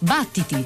Battiti!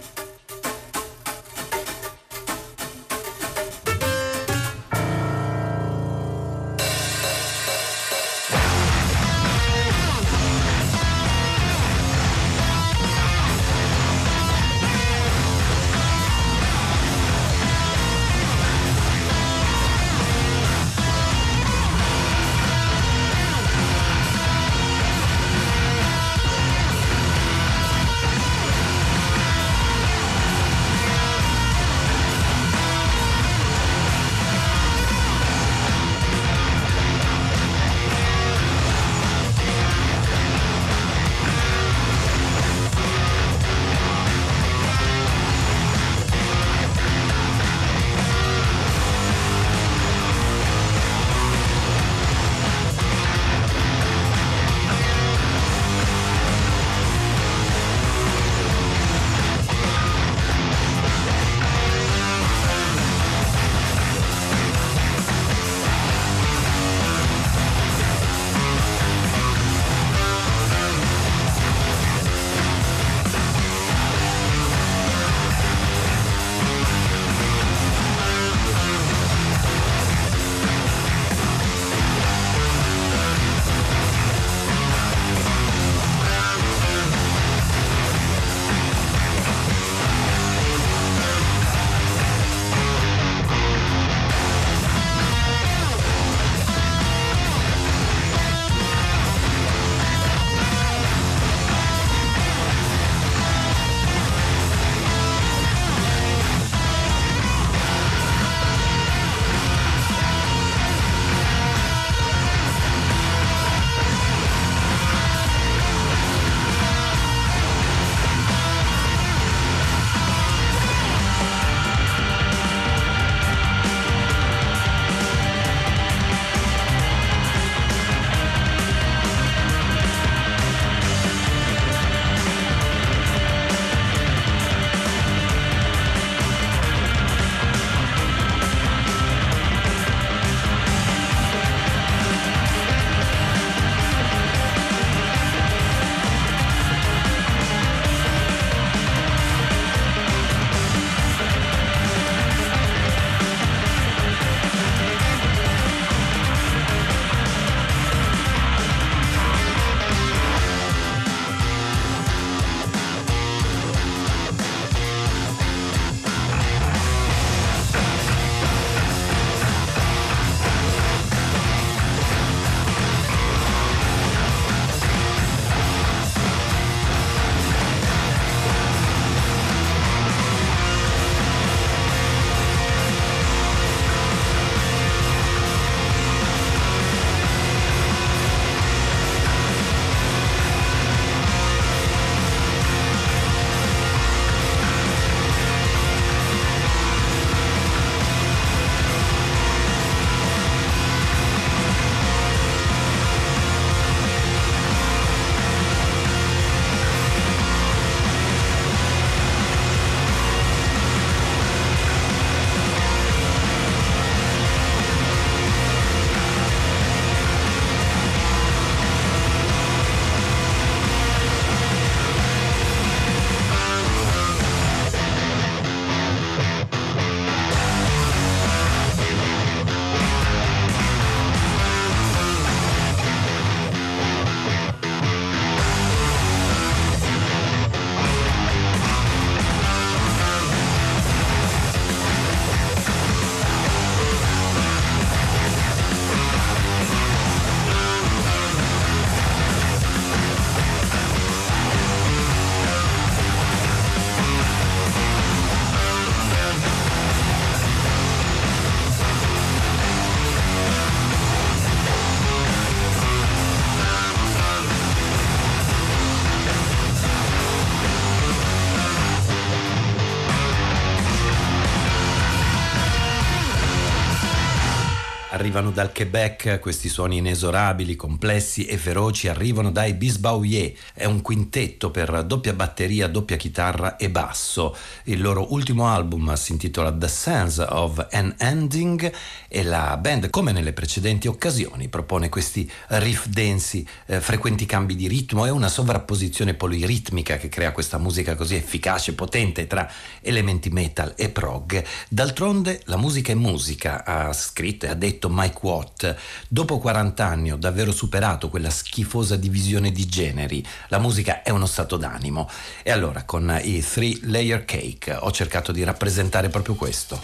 Arrivano dal Quebec, questi suoni inesorabili, complessi e feroci arrivano dai Bisbauier. È un quintetto per doppia batteria, doppia chitarra e basso. Il loro ultimo album si intitola The Sense of an Ending e la band, come nelle precedenti occasioni, propone questi riff densi, frequenti cambi di ritmo e una sovrapposizione poliritmica che crea questa musica così efficace, potente tra elementi metal e prog. D'altronde la musica è musica, ha scritto e ha detto Mike Watt. Dopo 40 anni ho davvero superato quella schifosa divisione di generi. La musica è uno stato d'animo. E allora con i Three Layer Cake ho cercato di rappresentare proprio questo.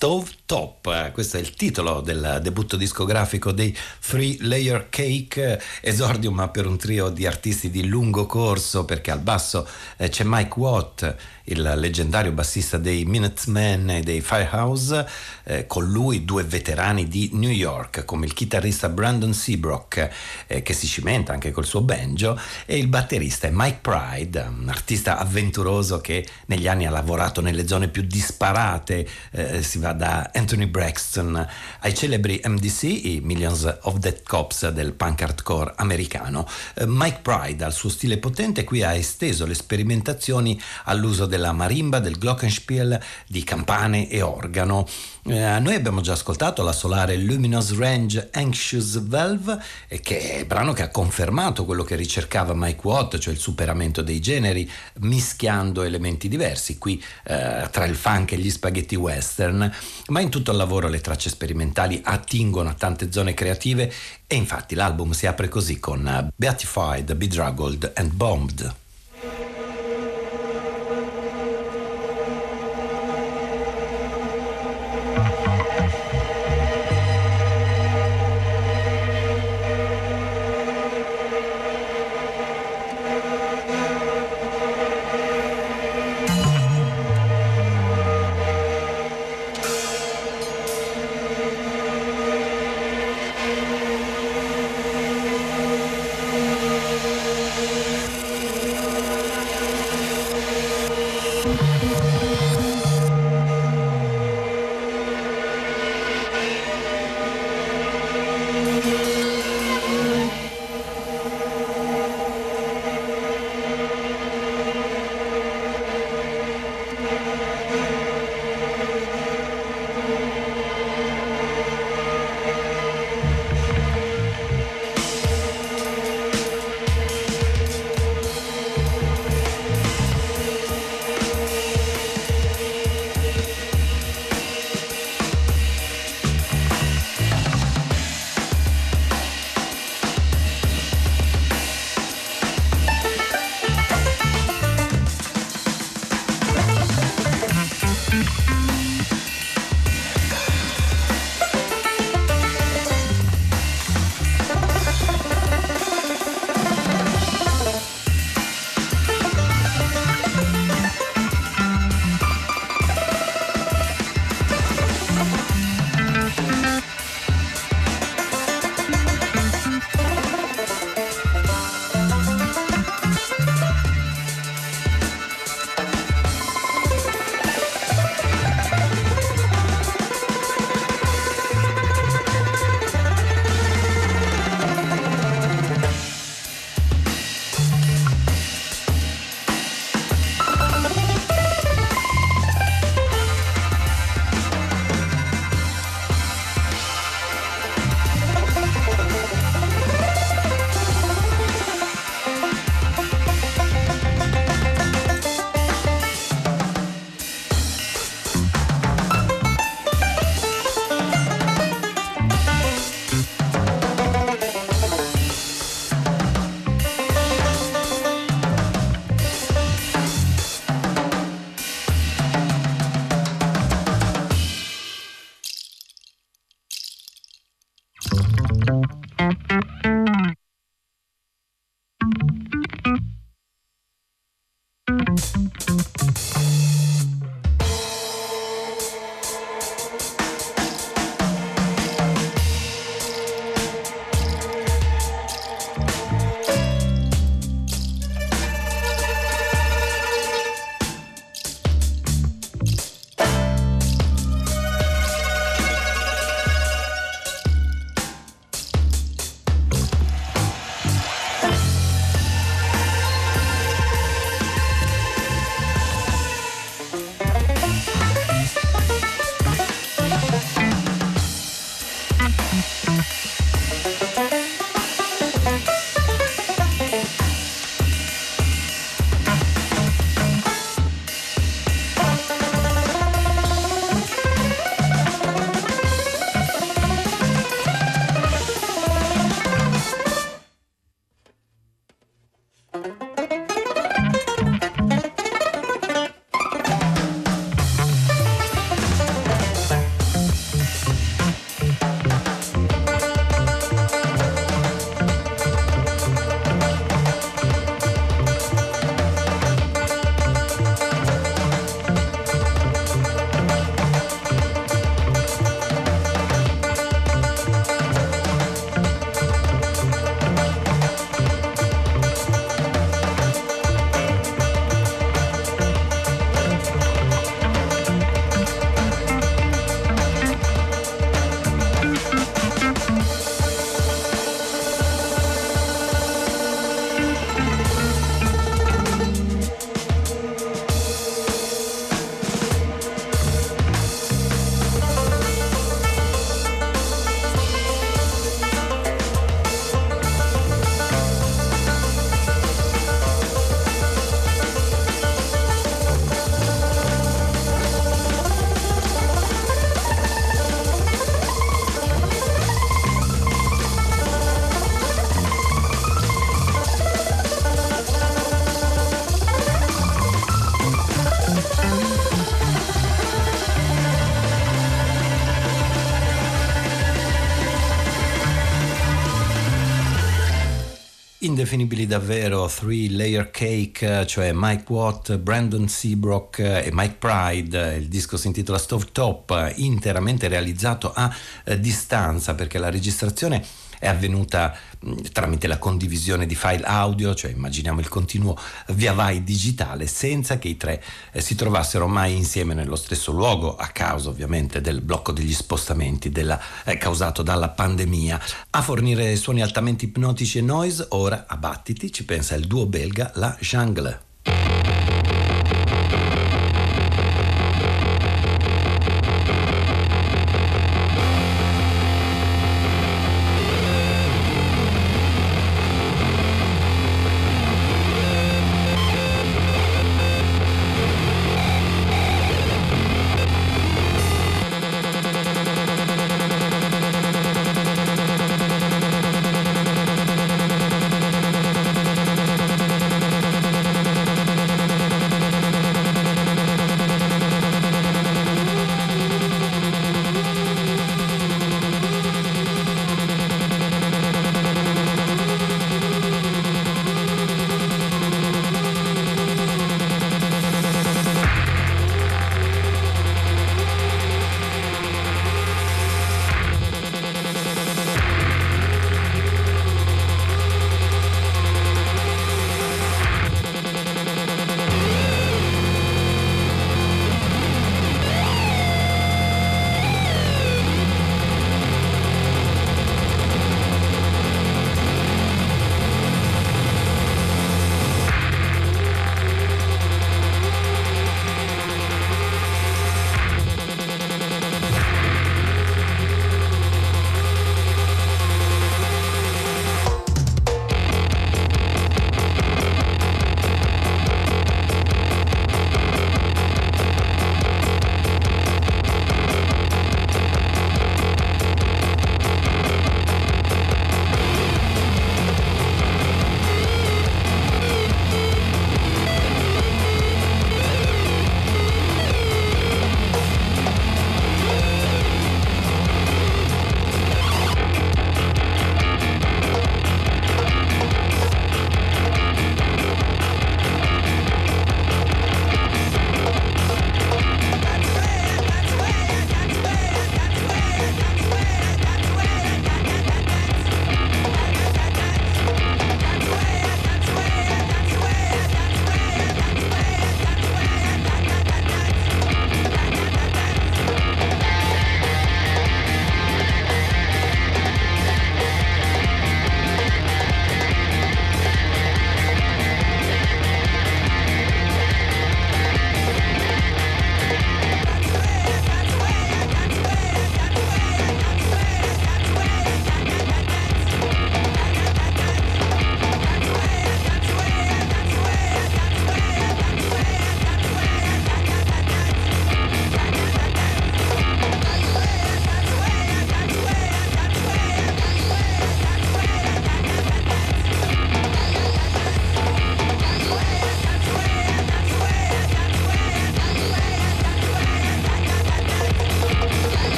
Stove Top. Questo è il titolo del debutto discografico dei Three Layer Cake, esordio ma per un trio di artisti di lungo corso, perché al basso c'è Mike Watt, il leggendario bassista dei Minutemen e dei Firehouse, con lui due veterani di New York come il chitarrista Brandon Seabrook, che si cimenta anche col suo banjo, e il batterista è Mike Pride, un artista avventuroso che negli anni ha lavorato nelle zone più disparate, si va da Anthony Braxton ai celebri MDC, i Millions of Dead Cops del punk hardcore americano. Mike Pride, al suo stile potente, qui ha esteso le sperimentazioni all'uso della marimba, del glockenspiel, di campane e organo. Noi abbiamo già ascoltato la solare Luminous Range Anxious Valve, che è il brano che ha confermato quello che ricercava Mike Watt, cioè il superamento dei generi, mischiando elementi diversi, qui tra il funk e gli spaghetti western, ma in tutto il lavoro le tracce sperimentali attingono a tante zone creative, e infatti l'album si apre così con Beatified, Bedraggled and Bombed. Indefinibili davvero, Three Layer Cake, cioè Mike Watt, Brandon Seabrook e Mike Pride. Il disco si intitola Stovetop, interamente realizzato a distanza, perché la registrazione è avvenuta tramite la condivisione di file audio, cioè immaginiamo il continuo via vai digitale, senza che i tre si trovassero mai insieme nello stesso luogo, a causa ovviamente del blocco degli spostamenti causato dalla pandemia. A fornire suoni altamente ipnotici e noise, ora a battiti ci pensa il duo belga La Jungle.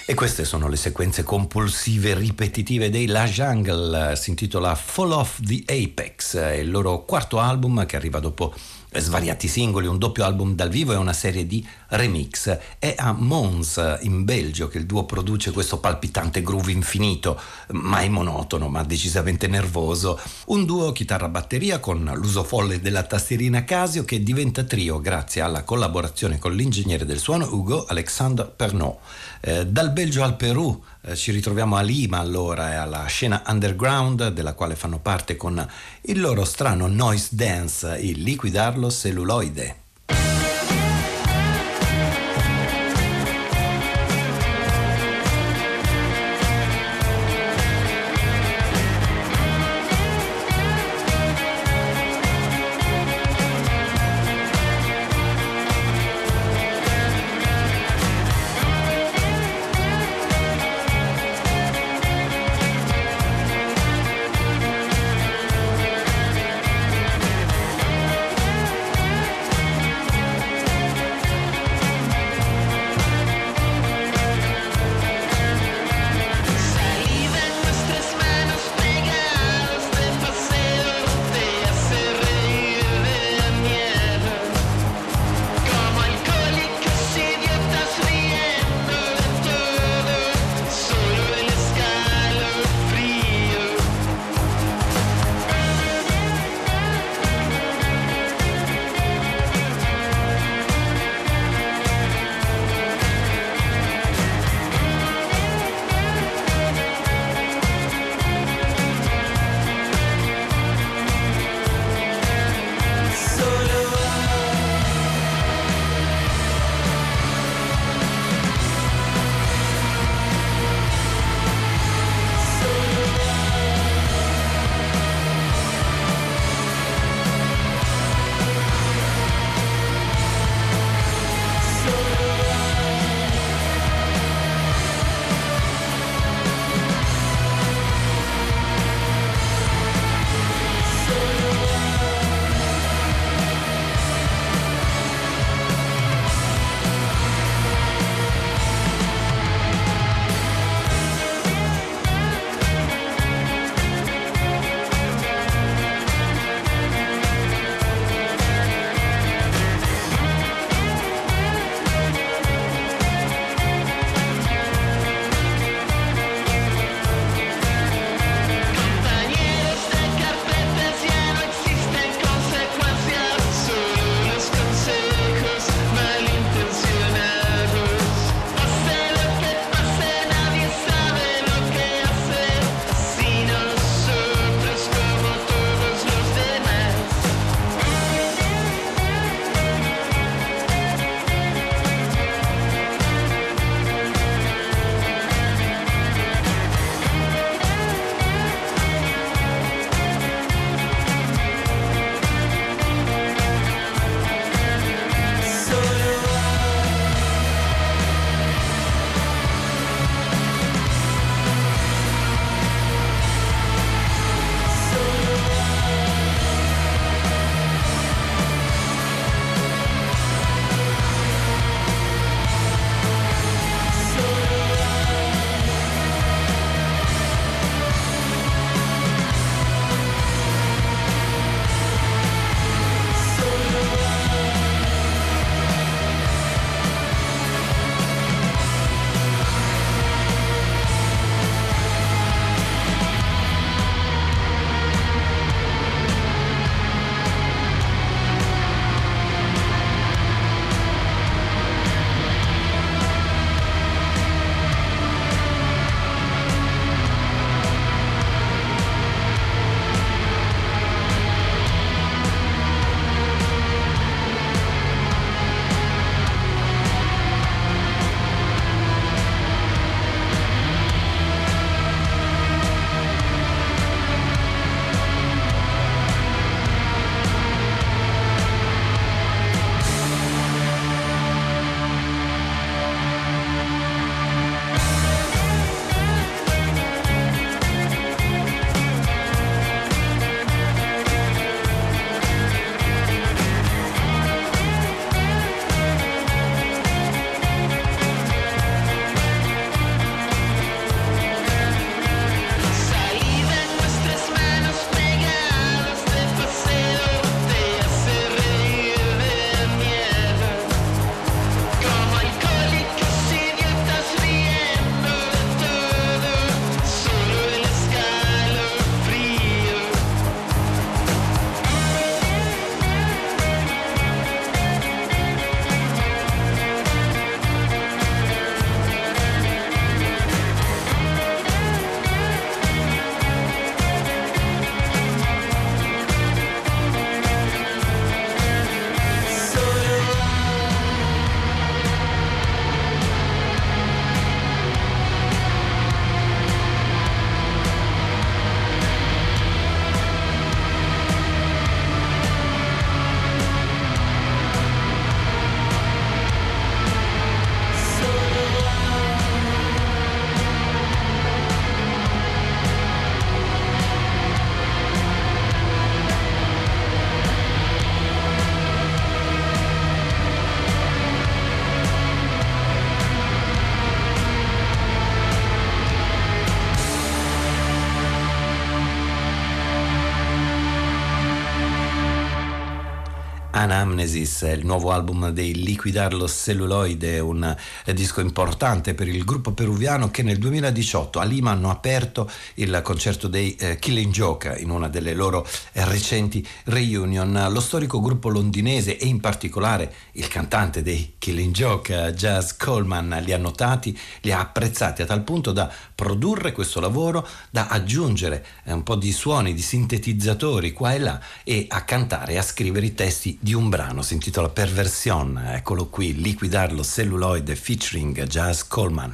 E queste sono le sequenze compulsive ripetitive dei La Jungle, si intitola Fall Off the Apex, è il loro quarto album che arriva dopo svariati singoli, un doppio album dal vivo e una serie di remix. È a Mons, in Belgio, che il duo produce questo palpitante groove infinito, mai monotono ma decisamente nervoso. Un duo chitarra-batteria con l'uso folle della tastierina Casio che diventa trio grazie alla collaborazione con l'ingegnere del suono Hugo Alexandre Pernot. Dal Belgio al Perù ci ritroviamo a Lima allora e alla scena underground della quale fanno parte con il loro strano noise dance, il liquidarlo celluloide. Anamnesis, il nuovo album dei Liquidar los Celluloide, un disco importante per il gruppo peruviano che nel 2018 a Lima hanno aperto il concerto dei Killing Joke in una delle loro recenti reunion. Lo storico gruppo londinese e in particolare il cantante dei Killing Joke, Jazz Coleman, li ha notati, li ha apprezzati a tal punto da produrre questo lavoro, da aggiungere un po' di suoni, di sintetizzatori qua e là e a cantare e a scrivere i testi di un brano, si intitola Perversion. Eccolo qui, Liquidar los Celluloide featuring Jazz Coleman.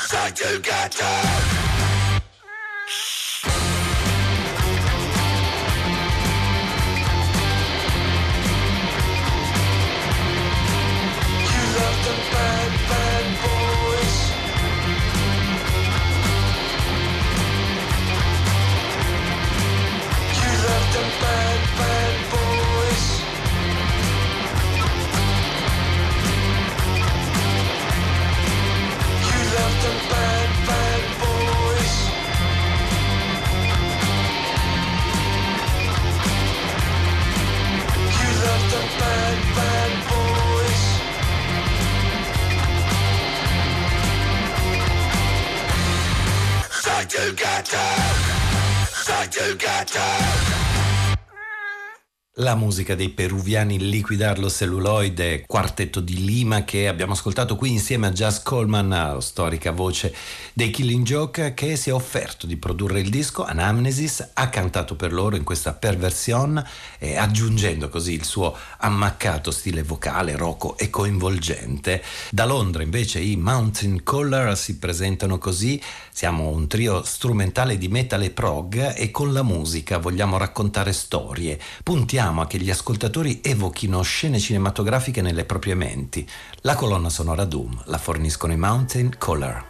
La musica dei peruviani Liquidar lo Celluloide, quartetto di Lima che abbiamo ascoltato qui insieme a Jazz Coleman, storica voce dei Killing Joke, che si è offerto di produrre il disco Anamnesis, ha cantato per loro in questa perversion, aggiungendo così il suo ammaccato stile vocale, rocco e coinvolgente. Da Londra invece i Mountain Caller si presentano così: siamo un trio strumentale di metal e prog e con la musica vogliamo raccontare storie, puntiamo a che gli ascoltatori evochino scene cinematografiche nelle proprie menti. La colonna sonora Doom la forniscono i Mountain Caller.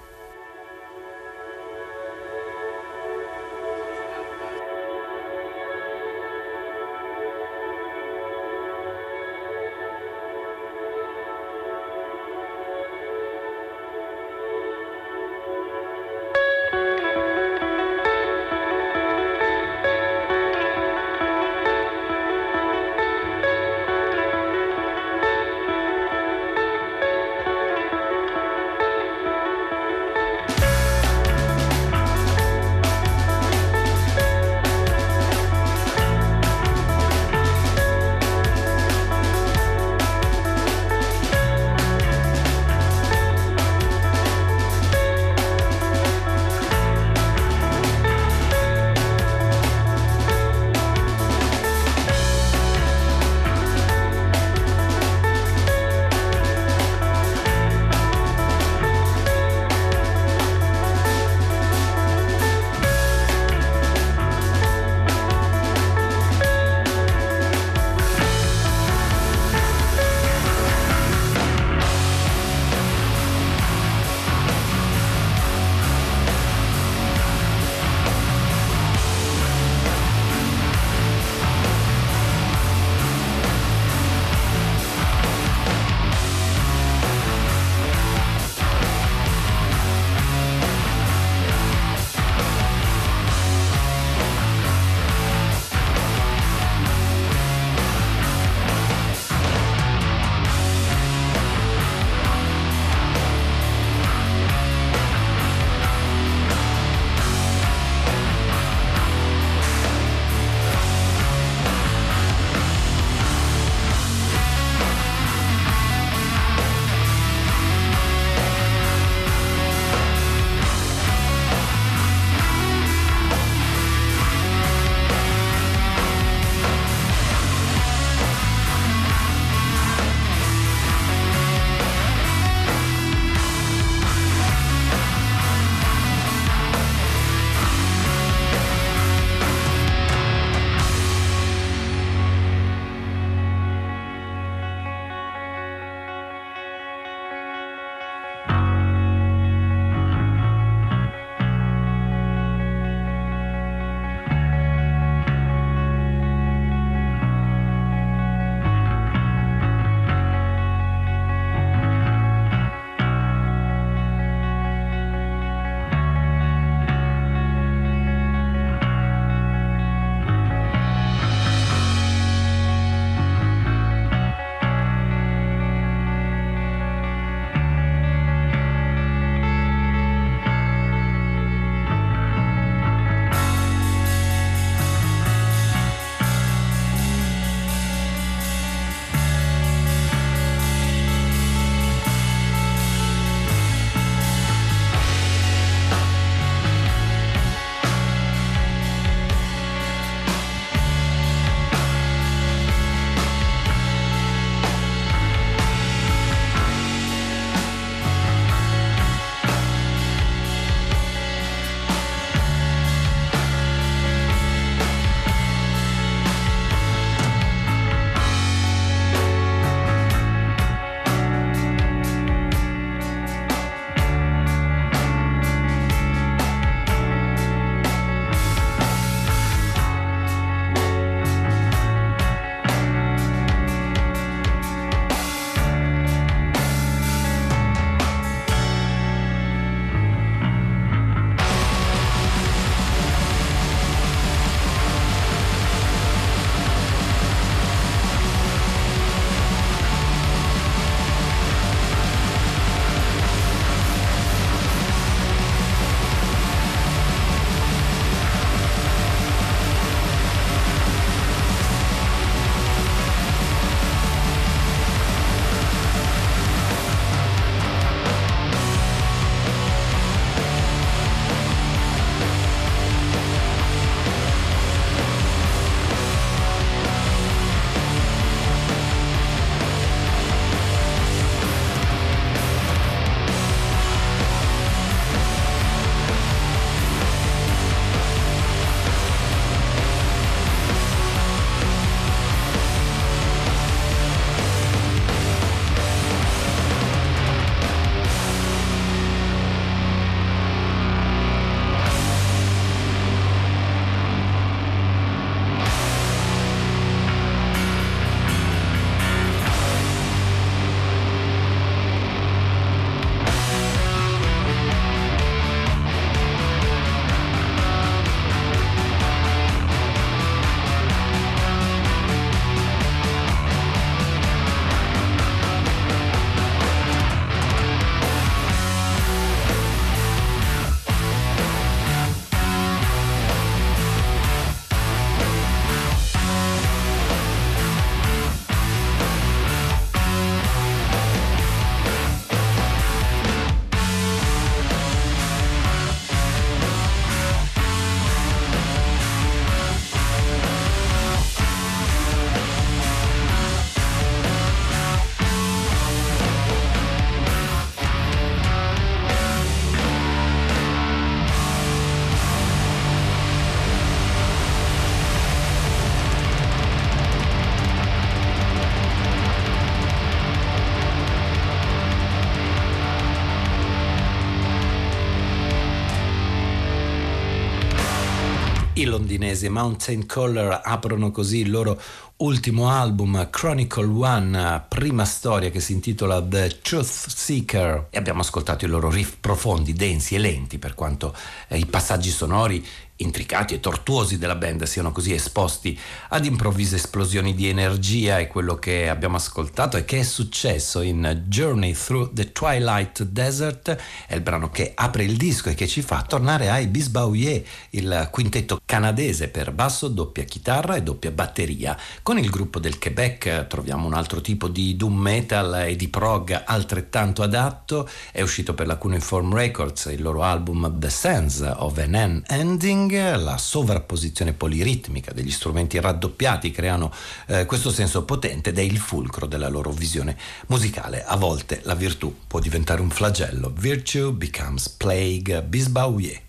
I londinesi Mountain Caller aprono così il loro ultimo album Chronicle One, prima storia, che si intitola The Truth Seeker, e abbiamo ascoltato i loro riff profondi, densi e lenti, per quanto i passaggi sonori intricati e tortuosi della band siano così esposti ad improvvise esplosioni di energia. E quello che abbiamo ascoltato e che è successo in Journey Through the Twilight Desert è il brano che apre il disco e che ci fa tornare ai Bisbauier, il quintetto canadese per basso, doppia chitarra e doppia batteria. Con il gruppo del Quebec troviamo un altro tipo di doom metal e di prog altrettanto adatto. È uscito per la Cuneiform Records il loro album The Sands of an Ending. La sovrapposizione poliritmica degli strumenti raddoppiati creano questo senso potente ed è il fulcro della loro visione musicale. A volte la virtù può diventare un flagello. Virtue becomes plague. Bisbauier.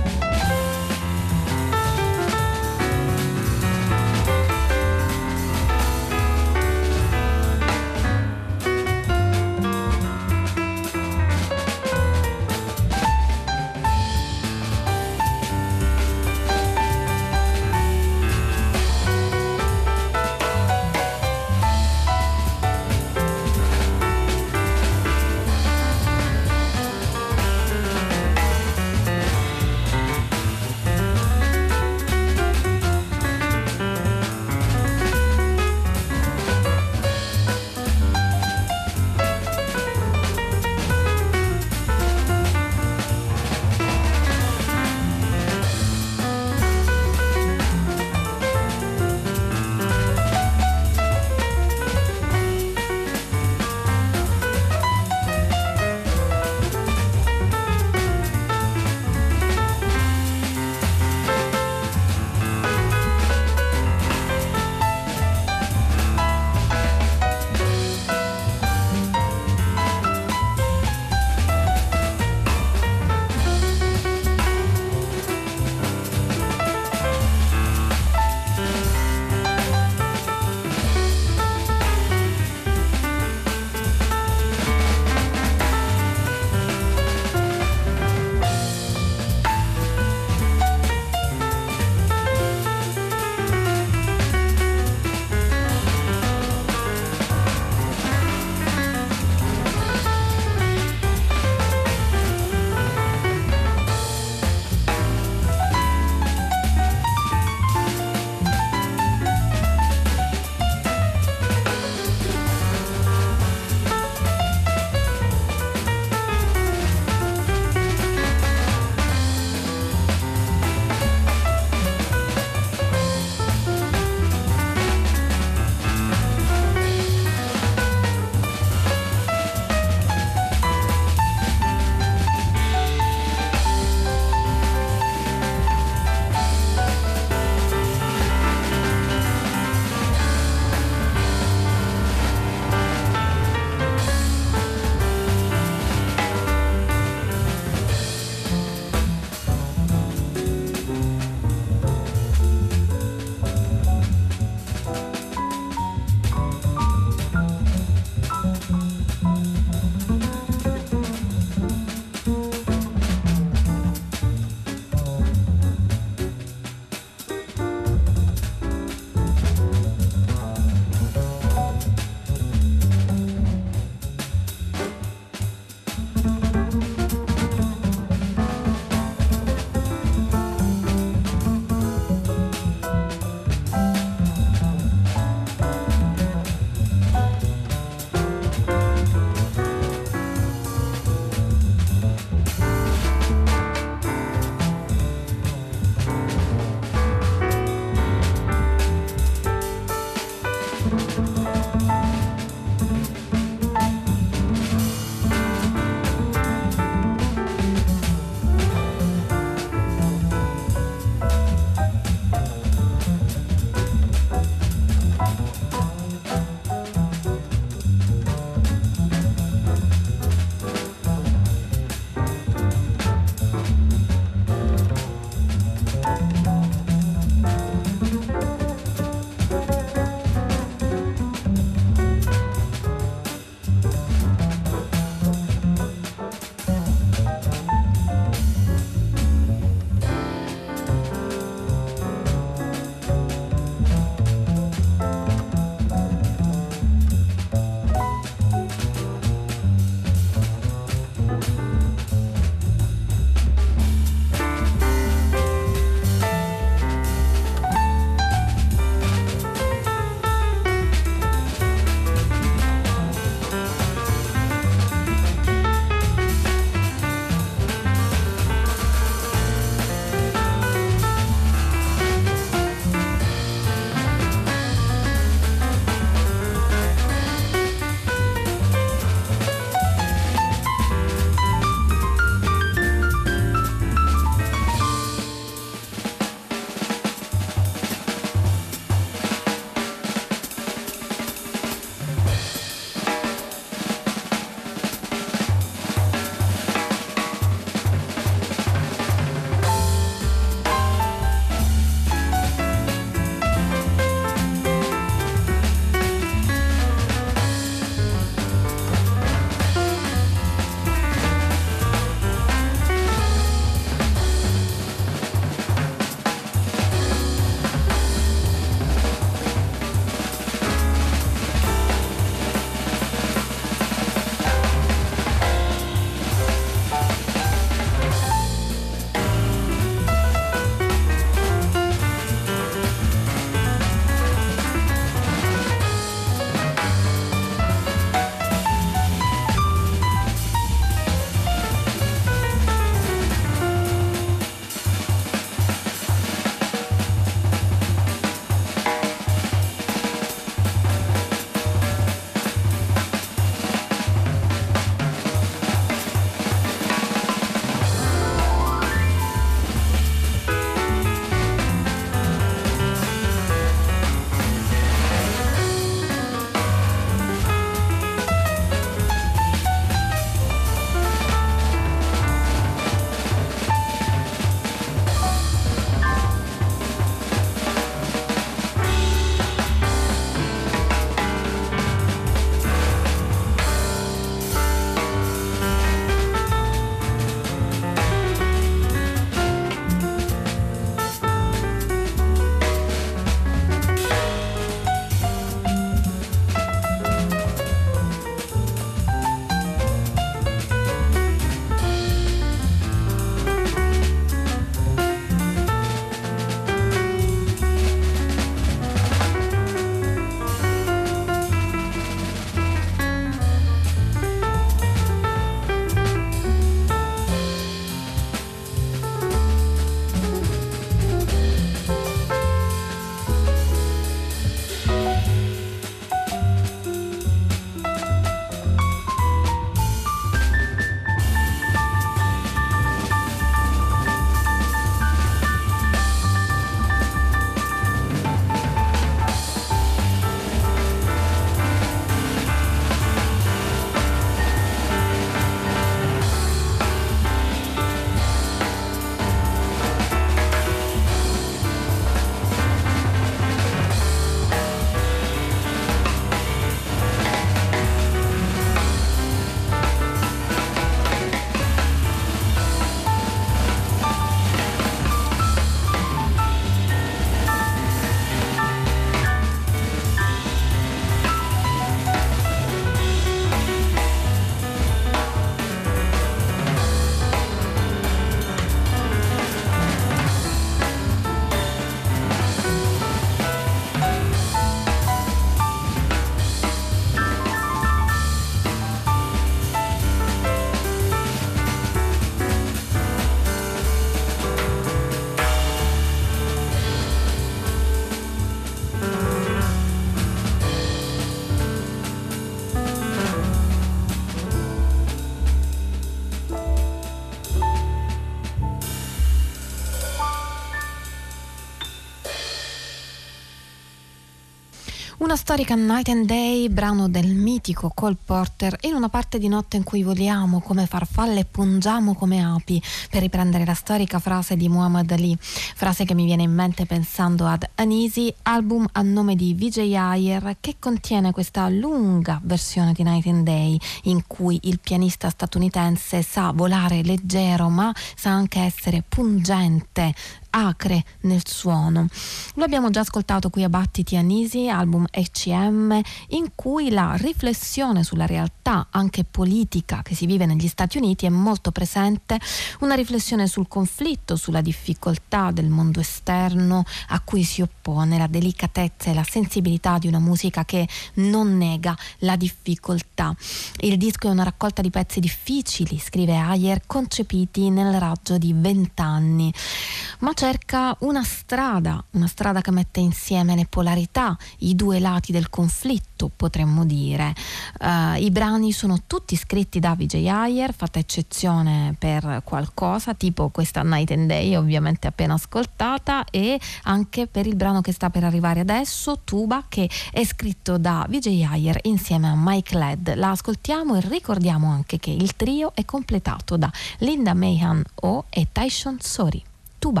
Una storica Night and Day, brano del mitico Cole Porter, in una parte di notte in cui voliamo come farfalle e pungiamo come api, per riprendere la storica frase di Muhammad Ali, frase che mi viene in mente pensando ad Uneasy, album a nome di Vijay Iyer, che contiene questa lunga versione di Night and Day in cui il pianista statunitense sa volare leggero ma sa anche essere pungente, acre nel suono. Lo abbiamo già ascoltato qui a Battiti Uneasy, album ECM, in cui la riflessione sulla realtà anche politica che si vive negli Stati Uniti è molto presente, una riflessione sul conflitto, sulla difficoltà del mondo esterno a cui si oppone la delicatezza e la sensibilità di una musica che non nega la difficoltà. Il disco è una raccolta di pezzi difficili, scrive Ayer, concepiti nel raggio di 20 anni, ma cerca una strada che mette insieme le polarità, i due lati del conflitto, potremmo dire. I brani sono tutti scritti da Vijay Iyer, fatta eccezione per qualcosa, tipo questa Night and Day, ovviamente appena ascoltata, e anche per il brano che sta per arrivare adesso, Tuba, che è scritto da Vijay Iyer insieme a Mike Ladd. La ascoltiamo e ricordiamo anche che il trio è completato da Linda Mahan O e Tyson Sori. Tuba.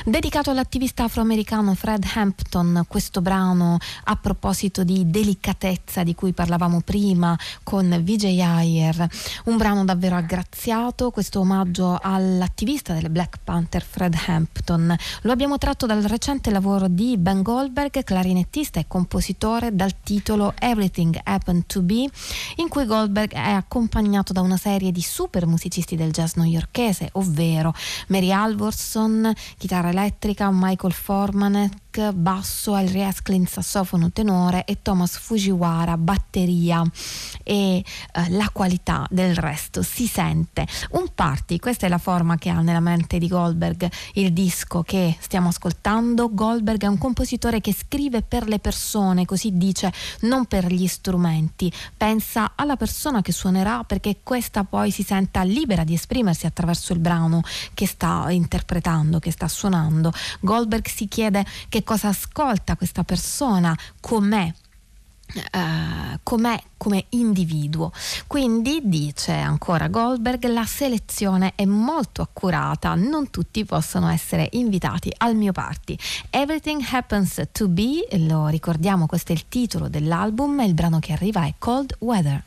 Dedicato all'attivista afroamericano Fred Hampton, questo brano a proposito di delicatezza di cui parlavamo prima con Vijay Iyer, un brano davvero aggraziato, questo omaggio all'attivista delle Black Panther Fred Hampton. Lo abbiamo tratto dal recente lavoro di Ben Goldberg, clarinettista e compositore, dal titolo Everything Happened to Be, in cui Goldberg è accompagnato da una serie di super musicisti del jazz newyorkese, ovvero Mary Alvorson, chitarra elettrica, Michael Formanek basso, Henry Esklin sassofono tenore e Thomas Fujiwara batteria, e la qualità del resto si sente. Un party, questa è la forma che ha nella mente di Goldberg il disco che stiamo ascoltando. Goldberg è un compositore che scrive per le persone, così dice, non per gli strumenti. Pensa alla persona che suonerà perché questa poi si senta libera di esprimersi attraverso il brano che sta interpretando, che sta suonando. Goldberg si chiede che cosa ascolta questa persona, com'è come individuo. Quindi, dice ancora Goldberg, la selezione è molto accurata, non tutti possono essere invitati al mio party. Everything Happens to Be, lo ricordiamo, questo è il titolo dell'album e il brano che arriva è Cold Weather.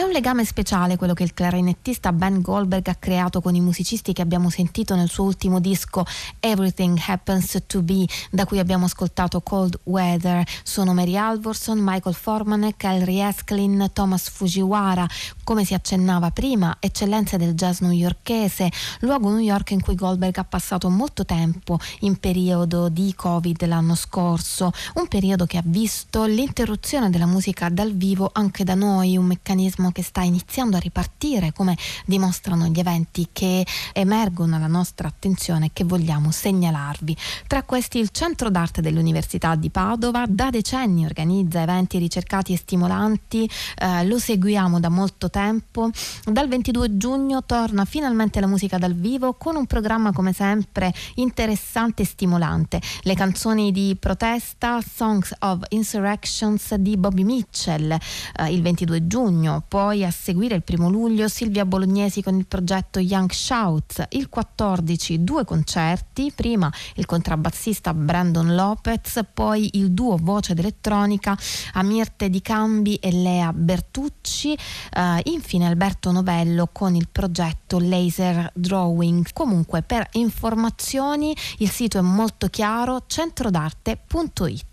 È un legame speciale quello che il clarinettista Ben Goldberg ha creato con i musicisti che abbiamo sentito nel suo ultimo disco Everything Happens to Be, da cui abbiamo ascoltato Cold Weather. Sono Mary Alvorson, Michael Formanek, Elry Esklin, Thomas Fujiwara, come si accennava prima, eccellenze del jazz newyorkese, luogo New York in cui Goldberg ha passato molto tempo in periodo di Covid l'anno scorso, un periodo che ha visto l'interruzione della musica dal vivo anche da noi, un meccanismo che sta iniziando a ripartire, come dimostrano gli eventi che emergono alla nostra attenzione e che vogliamo segnalarvi. Tra questi il Centro d'Arte dell'Università di Padova da decenni organizza eventi ricercati e stimolanti, lo seguiamo da molto tempo. Dal 22 giugno torna finalmente la musica dal vivo con un programma come sempre interessante e stimolante. Le canzoni di protesta, Songs of Insurrections di Bobby Mitchell il 22 giugno, poi a seguire il 1 luglio Silvia Bolognesi con il progetto Young Shouts, il 14 due concerti, prima il contrabbassista Brandon Lopez, poi il duo voce d'elettronica Amirte Di Cambi e Lea Bertucci, infine Alberto Novello con il progetto Laser Drawing. Comunque, per informazioni il sito è molto chiaro, centrodarte.it.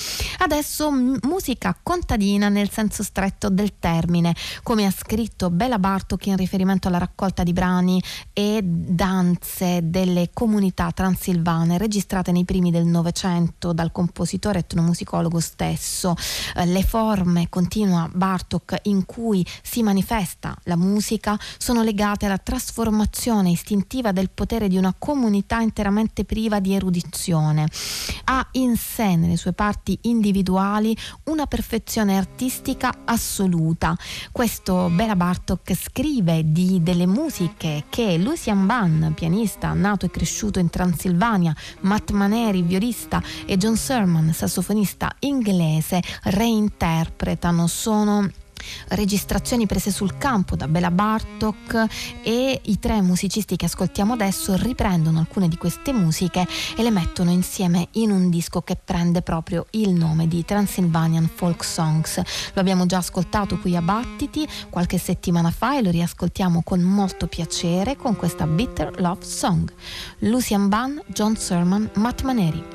Adesso musica contadina nel senso stretto del termine, come ha scritto Bela Bartok in riferimento alla raccolta di brani e danze delle comunità transilvane registrate nei primi del Novecento dal compositore etnomusicologo stesso. Le forme, continua Bartok, in cui si manifesta la musica sono legate alla trasformazione istintiva del potere di una comunità interamente priva di erudizione. Ha in sé, nelle sue parti individuali, una perfezione artistica assoluta. Questo Bela Bartok scrive delle musiche che Lucian Bunn, pianista nato e cresciuto in Transilvania, Matt Maneri, violista, e John Surman, sassofonista inglese, reinterpretano. Sono registrazioni prese sul campo da Bela Bartok e i tre musicisti che ascoltiamo adesso riprendono alcune di queste musiche e le mettono insieme in un disco che prende proprio il nome di Transylvanian Folk Songs. Lo abbiamo già ascoltato qui a Battiti qualche settimana fa e lo riascoltiamo con molto piacere con questa Bitter Love Song. Lucian Bunn, John Surman, Matt Maneri.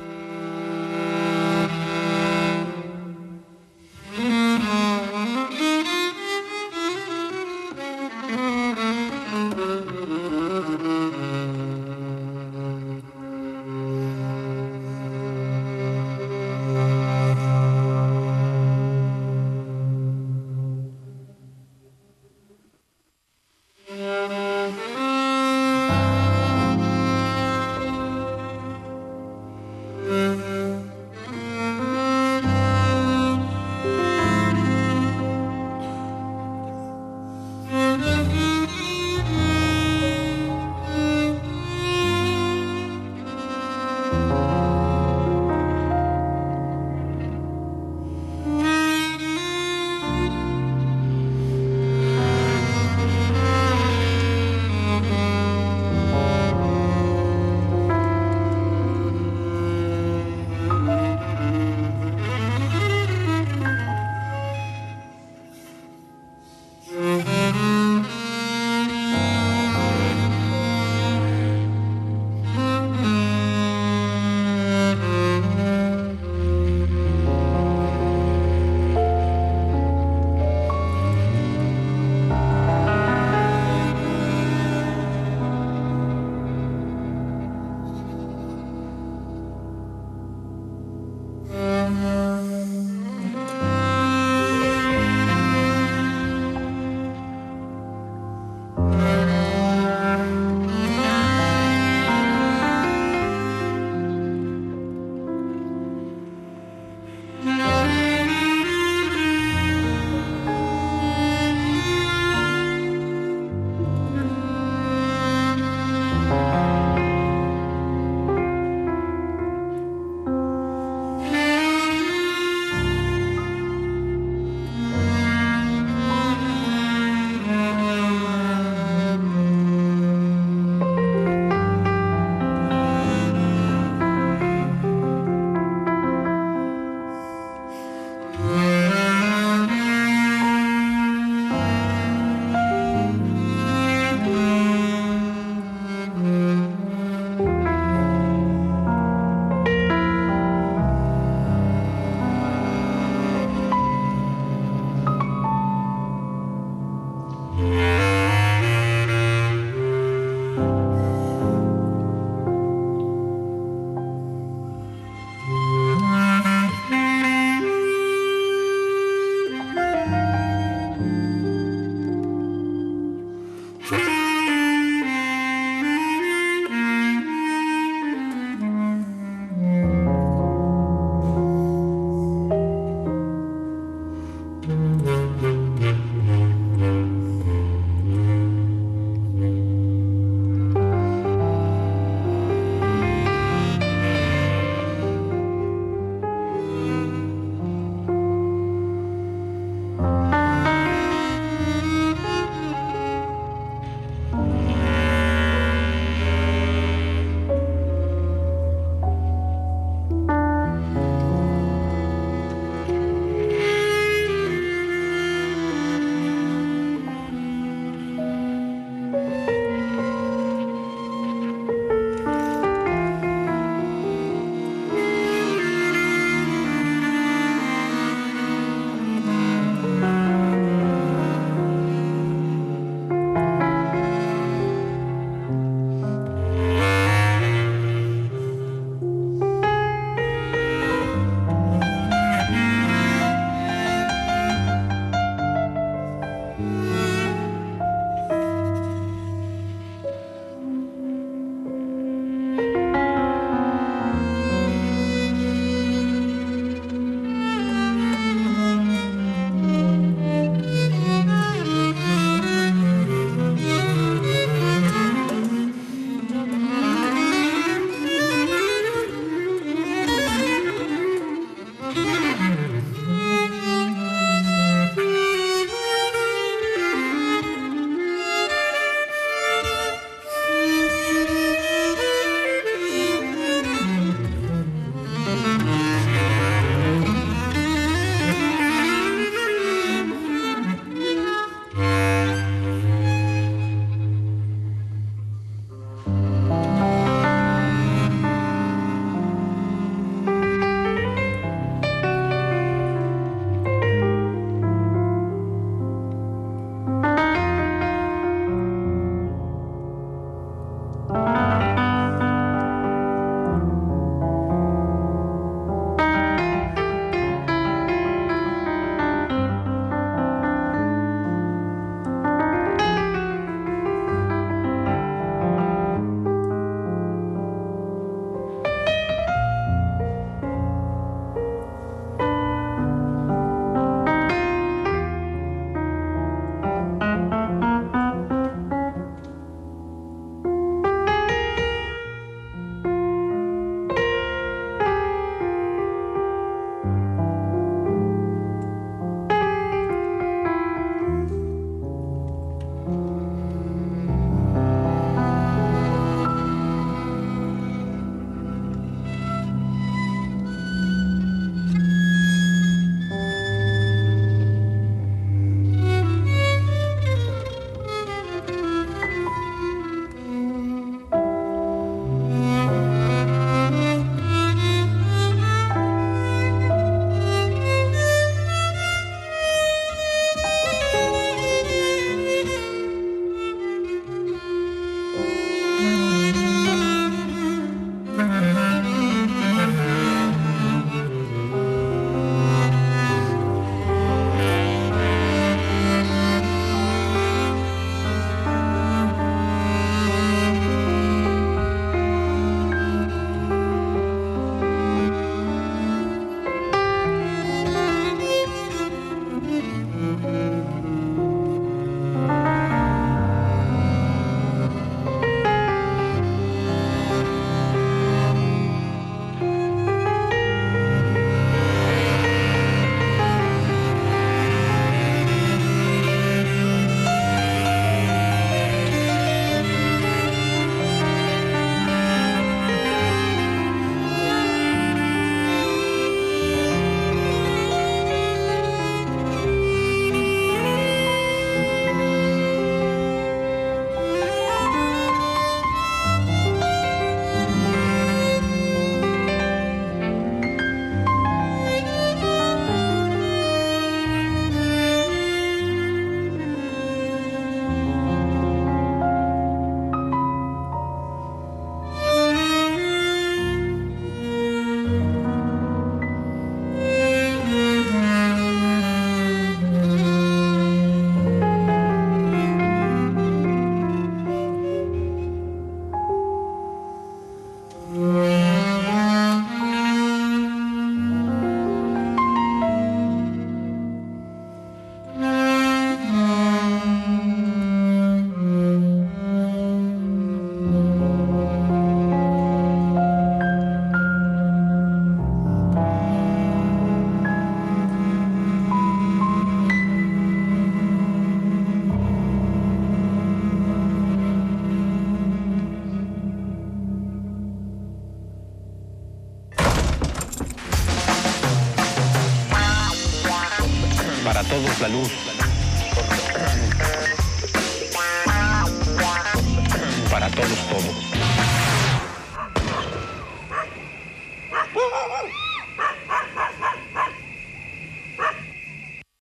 todos la luz. Para todos todo.